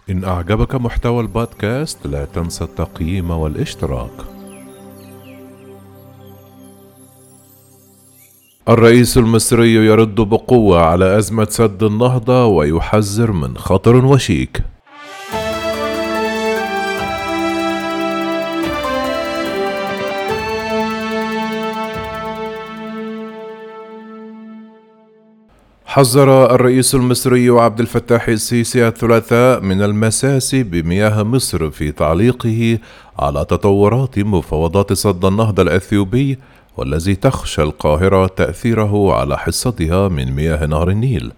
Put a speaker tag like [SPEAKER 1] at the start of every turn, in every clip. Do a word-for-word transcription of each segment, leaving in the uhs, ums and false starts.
[SPEAKER 1] إن أعجبك محتوى البودكاست لا تنسى التقييم والاشتراك. الرئيس المصري يرد بقوة على أزمة سد النهضة ويحذر من خطر وشيك. حذر الرئيس المصري عبد الفتاح السيسي الثلاثاء من المساس بمياه مصر في تعليقه على تطورات مفاوضات سد النهضة الأثيوبي، والذي تخشى القاهرة تأثيره على حصتها من مياه نهر النيل.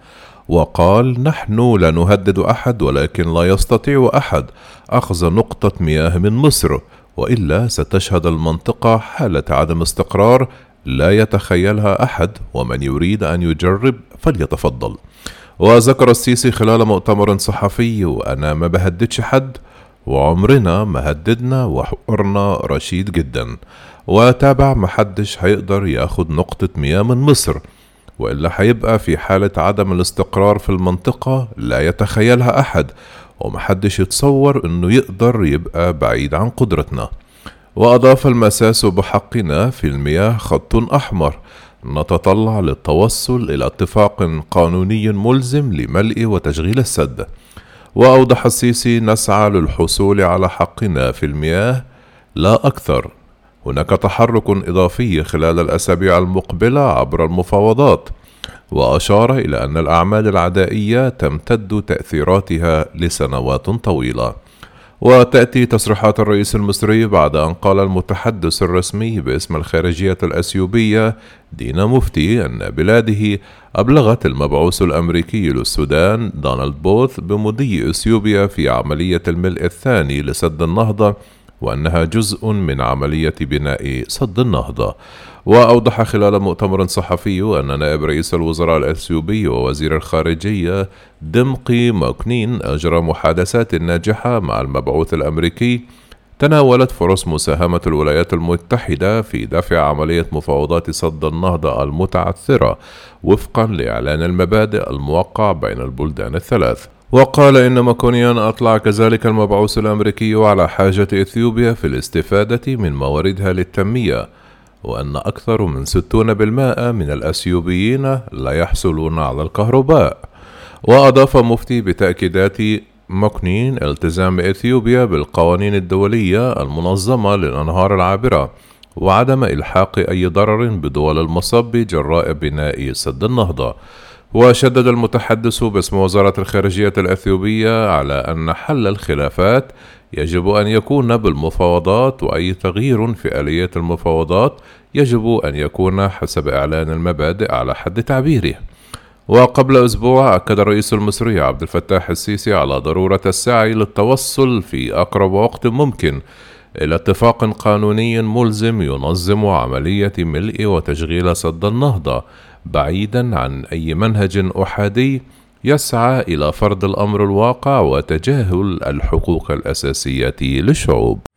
[SPEAKER 1] وقال: نحن لا نهدد أحد، ولكن لا يستطيع أحد أخذ نقطة مياه من مصر، وإلا ستشهد المنطقة حالة عدم استقرار لا يتخيلها أحد، ومن يريد أن يجرب فليتفضل. وذكر السيسي خلال مؤتمر صحفي: وأنا ما بهددش حد، وعمرنا ما هددنا، وحوارنا رشيد جدا. وتابع: محدش هيقدر ياخد نقطة مياه من مصر، وإلا هيبقى في حالة عدم الاستقرار في المنطقة لا يتخيلها أحد، ومحدش يتصور أنه يقدر يبقى بعيد عن قدرتنا. وأضاف: المساس بحقنا في المياه خط أحمر، نتطلع للتوصل إلى اتفاق قانوني ملزم لملء وتشغيل السد. وأوضح السيسي: نسعى للحصول على حقنا في المياه لا أكثر. هناك تحرك إضافي خلال الأسابيع المقبلة عبر المفاوضات. وأشار إلى أن الأعمال العدائية تمتد تأثيراتها لسنوات طويلة. وتأتي تصريحات الرئيس المصري بعد أن قال المتحدث الرسمي باسم الخارجية الأثيوبية دينا مفتي أن بلاده أبلغت المبعوث الأمريكي للسودان دونالد بوث بمضي إثيوبيا في عملية الملء الثاني لسد النهضة، وأنها جزء من عملية بناء سد النهضة. وأوضح خلال مؤتمر صحفي أن نائب رئيس الوزراء الأثيوبي ووزير الخارجية دمقي ماكنين أجرى محادثات ناجحة مع المبعوث الأمريكي تناولت فرص مساهمة الولايات المتحدة في دفع عملية مفاوضات سد النهضة المتعثرة وفقا لإعلان المبادئ الموقع بين البلدان الثلاث. وقال إن ماكونيان أطلع كذلك المبعوث الأمريكي على حاجة إثيوبيا في الاستفادة من مواردها للتنمية، وأن أكثر من ستين بالمئة من الأثيوبيين لا يحصلون على الكهرباء. وأضاف مفتي بتأكيدات ماكنين التزام إثيوبيا بالقوانين الدولية المنظمة للأنهار العابرة، وعدم إلحاق أي ضرر بدول المصب جراء بناء سد النهضة. وشدد المتحدث باسم وزارة الخارجية الأثيوبية على أن حل الخلافات يجب أن يكون بالمفاوضات، وأي تغيير في آلية المفاوضات يجب أن يكون حسب إعلان المبادئ على حد تعبيره. وقبل أسبوع أكد الرئيس المصري عبد الفتاح السيسي على ضرورة السعي للتوصل في أقرب وقت ممكن إلى اتفاق قانوني ملزم ينظم عملية ملء وتشغيل سد النهضة، بعيدا عن أي منهج أحادي يسعى إلى فرض الأمر الواقع وتجاهل الحقوق الأساسية للشعوب.